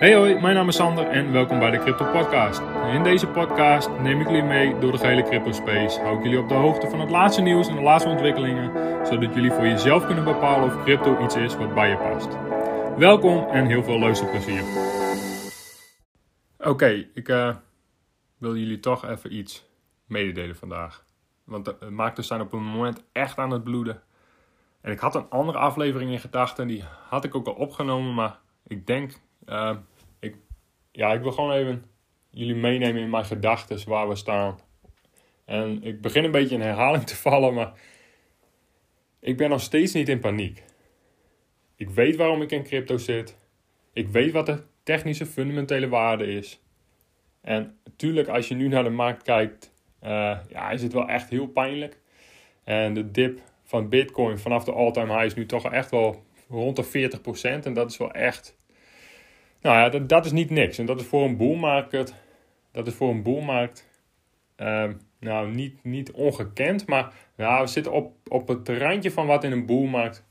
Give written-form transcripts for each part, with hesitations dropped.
Hey hoi, mijn naam is Sander en welkom bij de Crypto Podcast. In deze podcast neem ik jullie mee door de gehele crypto space. Hou ik jullie op de hoogte van het laatste nieuws en de laatste ontwikkelingen, zodat jullie voor jezelf kunnen bepalen of crypto iets is wat bij je past. Welkom en heel veel luisterplezier. Oké, ik wil jullie toch even iets mededelen vandaag. Want de markten zijn op een moment echt aan het bloeden. En ik had een andere aflevering in gedachten, die had ik ook al opgenomen, maar ik denk... Ik wil gewoon even jullie meenemen in mijn gedachten waar we staan. En ik begin een beetje in herhaling te vallen, maar ik ben nog steeds niet in paniek. Ik weet waarom ik in crypto zit. Ik weet wat de technische fundamentele waarde is. En natuurlijk, als je nu naar de markt kijkt, is het wel echt heel pijnlijk. En de dip van Bitcoin vanaf de all-time high is nu toch echt wel rond de 40%. En dat is wel echt... Nou ja, dat is niet niks. En dat is voor een boelmarkt... niet ongekend. Maar we zitten op het randje van wat in een boelmarkt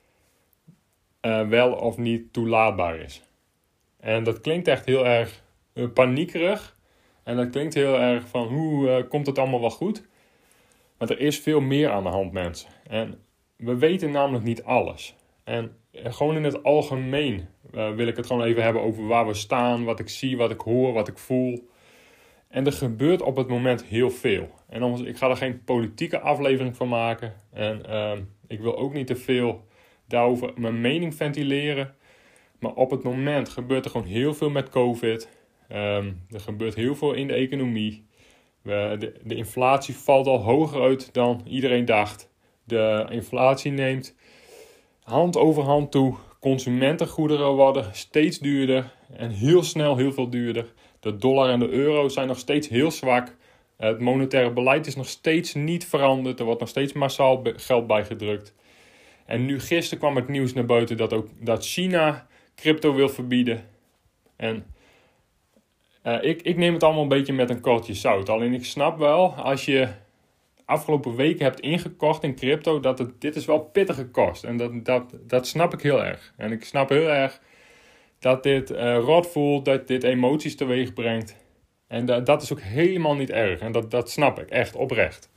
wel of niet toelaatbaar is. En dat klinkt echt heel erg paniekerig. En dat klinkt heel erg van hoe komt het allemaal wel goed. Maar er is veel meer aan de hand, mensen. En we weten namelijk niet alles. En gewoon in het algemeen wil ik het gewoon even hebben over waar we staan, wat ik zie, wat ik hoor, wat ik voel. En er gebeurt op het moment heel veel. En ik ga er geen politieke aflevering van maken. En ik wil ook niet te veel daarover mijn mening ventileren. Maar op het moment gebeurt er gewoon heel veel met COVID. Er gebeurt heel veel in de economie. De inflatie valt al hoger uit dan iedereen dacht. De inflatie neemt hand over hand toe. Consumentengoederen worden steeds duurder en heel snel heel veel duurder. De dollar en de euro zijn nog steeds heel zwak. Het monetaire beleid is nog steeds niet veranderd. Er wordt nog steeds massaal geld bijgedrukt. En nu gisteren kwam het nieuws naar buiten dat China crypto wil verbieden. En ik neem het allemaal een beetje met een korreltje zout. Alleen ik snap wel, als je afgelopen weken hebt ingekocht in crypto, dit is wel pittige kost. En dat snap ik heel erg. En ik snap heel erg dat dit rot voelt, dat dit emoties teweeg brengt. En dat is ook helemaal niet erg. En dat snap ik, echt oprecht.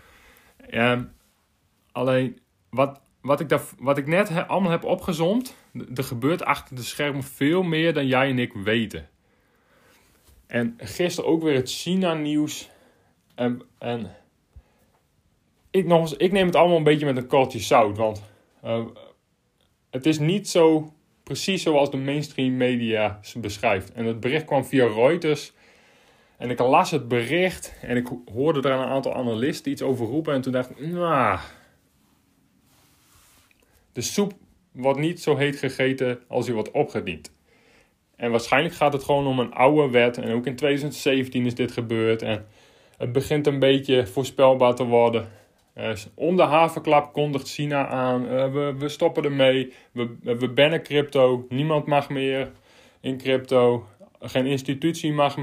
Alleen, wat ik net allemaal heb opgezomd, er gebeurt achter de schermen veel meer dan jij en ik weten. En gisteren ook weer het China-nieuws. En ik neem het allemaal een beetje met een korreltje zout. Want het is niet zo precies zoals de mainstream media ze beschrijft. En het bericht kwam via Reuters. En ik las het bericht. En ik hoorde er een aantal analisten iets over roepen. En toen dacht ik, de soep wordt niet zo heet gegeten als die wordt opgediend. En waarschijnlijk gaat het gewoon om een oude wet. En ook in 2017 is dit gebeurd. En het begint een beetje voorspelbaar te worden. Om de haverklap kondigt China aan. We stoppen ermee. We bannen crypto. Niemand mag meer in crypto. Geen institutie mag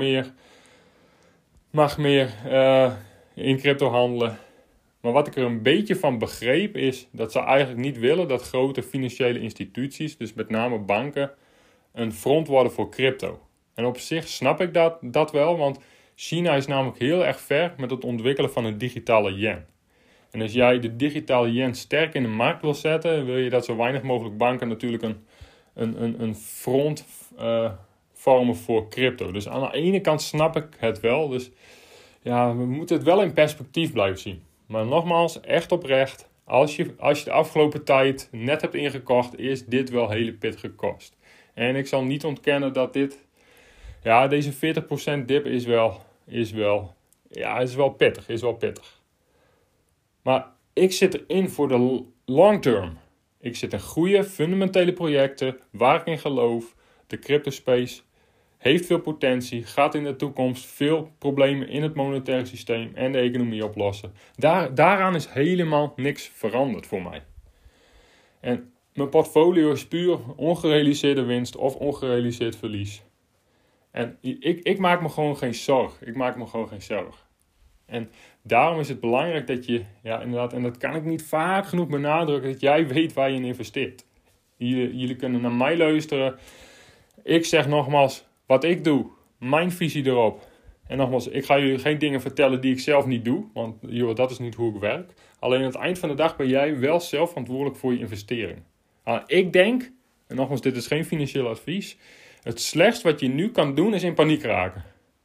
meer in crypto handelen. Maar wat ik er een beetje van begreep is dat ze eigenlijk niet willen dat grote financiële instituties, dus met name banken, een front worden voor crypto. En op zich snap ik dat wel, want China is namelijk heel erg ver met het ontwikkelen van een digitale yen. En als jij de digitale yen sterk in de markt wil zetten, wil je dat zo weinig mogelijk banken natuurlijk een front vormen voor crypto. Dus aan de ene kant snap ik het wel. Dus ja, we moeten het wel in perspectief blijven zien. Maar nogmaals, echt oprecht, als je de afgelopen tijd net hebt ingekocht, is dit wel hele pittige kost. En ik zal niet ontkennen dat deze 40% dip is wel pittig. Maar ik zit erin voor de long term. Ik zit in goede, fundamentele projecten waar ik in geloof. De crypto space heeft veel potentie, gaat in de toekomst veel problemen in het monetaire systeem en de economie oplossen. Daaraan is helemaal niks veranderd voor mij. En mijn portfolio is puur ongerealiseerde winst of ongerealiseerd verlies. En ik maak me gewoon geen zorg. En daarom is het belangrijk dat je, inderdaad, en dat kan ik niet vaak genoeg benadrukken, dat jij weet waar je in investeert. Jullie kunnen naar mij luisteren. Ik zeg nogmaals wat ik doe. Mijn visie erop. En nogmaals, ik ga jullie geen dingen vertellen die ik zelf niet doe. Want dat is niet hoe ik werk. Alleen aan het eind van de dag ben jij wel zelf verantwoordelijk voor je investering. Ik denk, en nogmaals, dit is geen financieel advies. Het slechtst wat je nu kan doen is in paniek raken.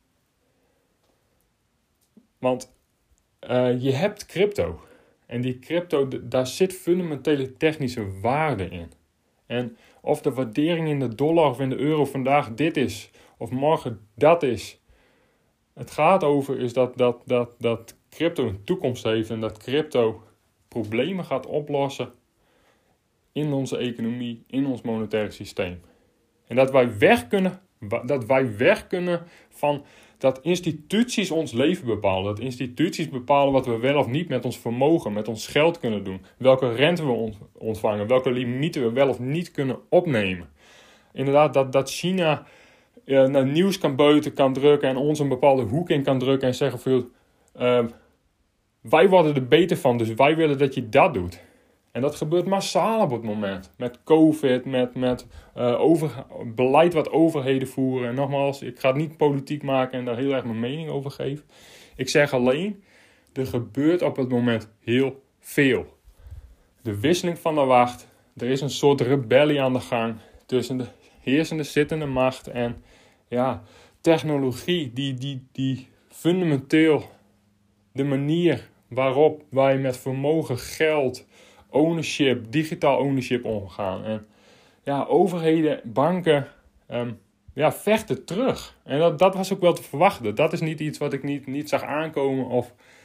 Want je hebt crypto. En die crypto, daar zit fundamentele technische waarde in. En of de waardering in de dollar of in de euro vandaag dit is, of morgen dat is. Het gaat over is dat crypto een toekomst heeft en dat crypto problemen gaat oplossen in onze economie, in ons monetaire systeem. En dat wij weg kunnen van dat instituties ons leven bepalen. Dat instituties bepalen wat we wel of niet met ons vermogen, met ons geld kunnen doen. Welke rente we ontvangen, welke limieten we wel of niet kunnen opnemen. Inderdaad, dat China naar nieuws kan drukken en ons een bepaalde hoek in kan drukken en zeggen veel, wij worden er beter van, dus wij willen dat je dat doet. En dat gebeurt massaal op het moment. Met COVID, met beleid wat overheden voeren. En nogmaals, ik ga het niet politiek maken en daar heel erg mijn mening over geven. Ik zeg alleen, er gebeurt op het moment heel veel. De wisseling van de wacht. Er is een soort rebellie aan de gang tussen de heersende zittende macht en technologie die fundamenteel de manier waarop wij met vermogen, geld, ownership, digitaal ownership omgaan. En overheden, banken, vechten terug. En dat was ook wel te verwachten. Dat is niet iets wat ik niet zag aankomen.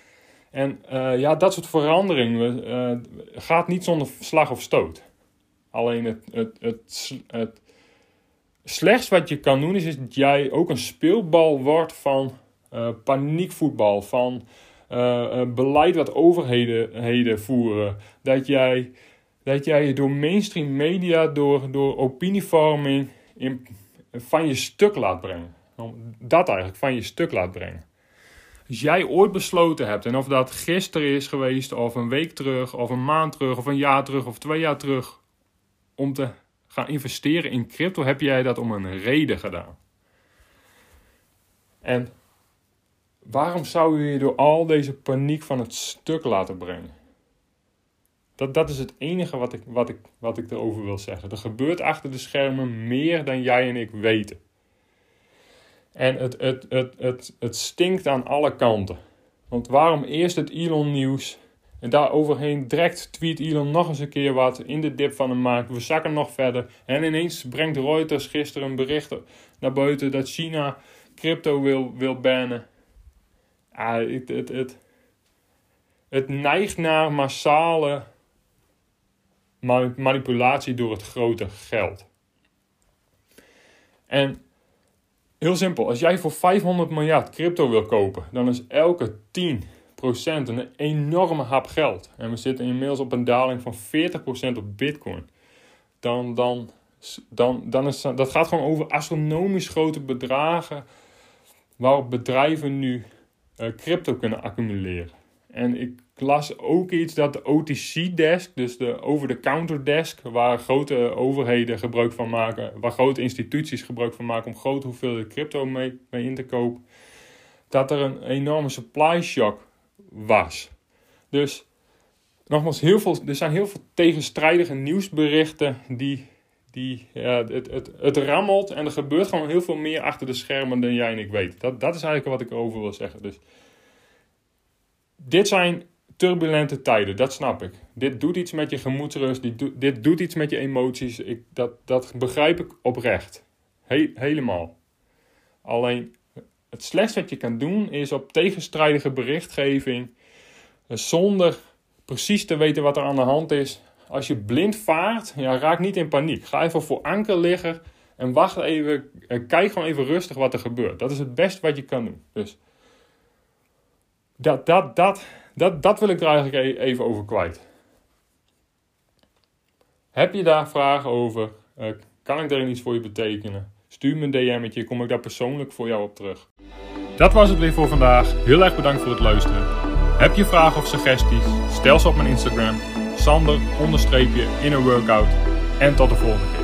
Dat soort veranderingen gaat niet zonder slag of stoot. Alleen het slechts wat je kan doen is dat jij ook een speelbal wordt van paniekvoetbal, van beleid wat overheden voeren. Dat jij je door mainstream media, door opinievorming van je stuk laat brengen. Dat eigenlijk, van je stuk laat brengen. Als jij ooit besloten hebt, en of dat gisteren is geweest, of een week terug, of een maand terug, of een jaar terug, of 2 jaar terug, om te gaan investeren in crypto, heb jij dat om een reden gedaan. En waarom zou je je door al deze paniek van het stuk laten brengen? Dat is het enige wat ik erover wil zeggen. Er gebeurt achter de schermen meer dan jij en ik weten. En het stinkt aan alle kanten. Want waarom eerst het Elon nieuws en daar overheen direct tweet Elon nog eens een keer wat in de dip van de markt. We zakken nog verder. En ineens brengt Reuters gisteren een bericht naar buiten dat China crypto wil bannen. Het neigt naar massale manipulatie door het grote geld. En heel simpel, als jij voor 500 miljard crypto wil kopen, dan is elke 10% een enorme hap geld. En we zitten inmiddels op een daling van 40% op Bitcoin. Dat gaat gewoon over astronomisch grote bedragen waarop bedrijven nu crypto kunnen accumuleren. En ik las ook iets dat de OTC-desk, dus de over-the-counter desk, waar grote overheden gebruik van maken, waar grote instituties gebruik van maken om grote hoeveelheden crypto mee in te kopen, dat er een enorme supply shock was. Dus nogmaals, er zijn heel veel tegenstrijdige nieuwsberichten het rammelt en er gebeurt gewoon heel veel meer achter de schermen dan jij en ik weet. Dat is eigenlijk wat ik erover wil zeggen. Dus dit zijn turbulente tijden, dat snap ik. Dit doet iets met je gemoedsrust, dit doet iets met je emoties. Dat begrijp ik oprecht. Helemaal. Alleen het slechtste wat je kan doen is op tegenstrijdige berichtgeving, zonder precies te weten wat er aan de hand is. Als je blind vaart, raak niet in paniek. Ga even voor anker liggen en wacht even. Kijk gewoon even rustig wat er gebeurt. Dat is het beste wat je kan doen. Dus dat wil ik er eigenlijk even over kwijt. Heb je daar vragen over? Kan ik daarin iets voor je betekenen? Stuur me een DM'tje, kom ik daar persoonlijk voor jou op terug. Dat was het weer voor vandaag. Heel erg bedankt voor het luisteren. Heb je vragen of suggesties? Stel ze op mijn Instagram. Sander_innerworkout. En tot de volgende keer.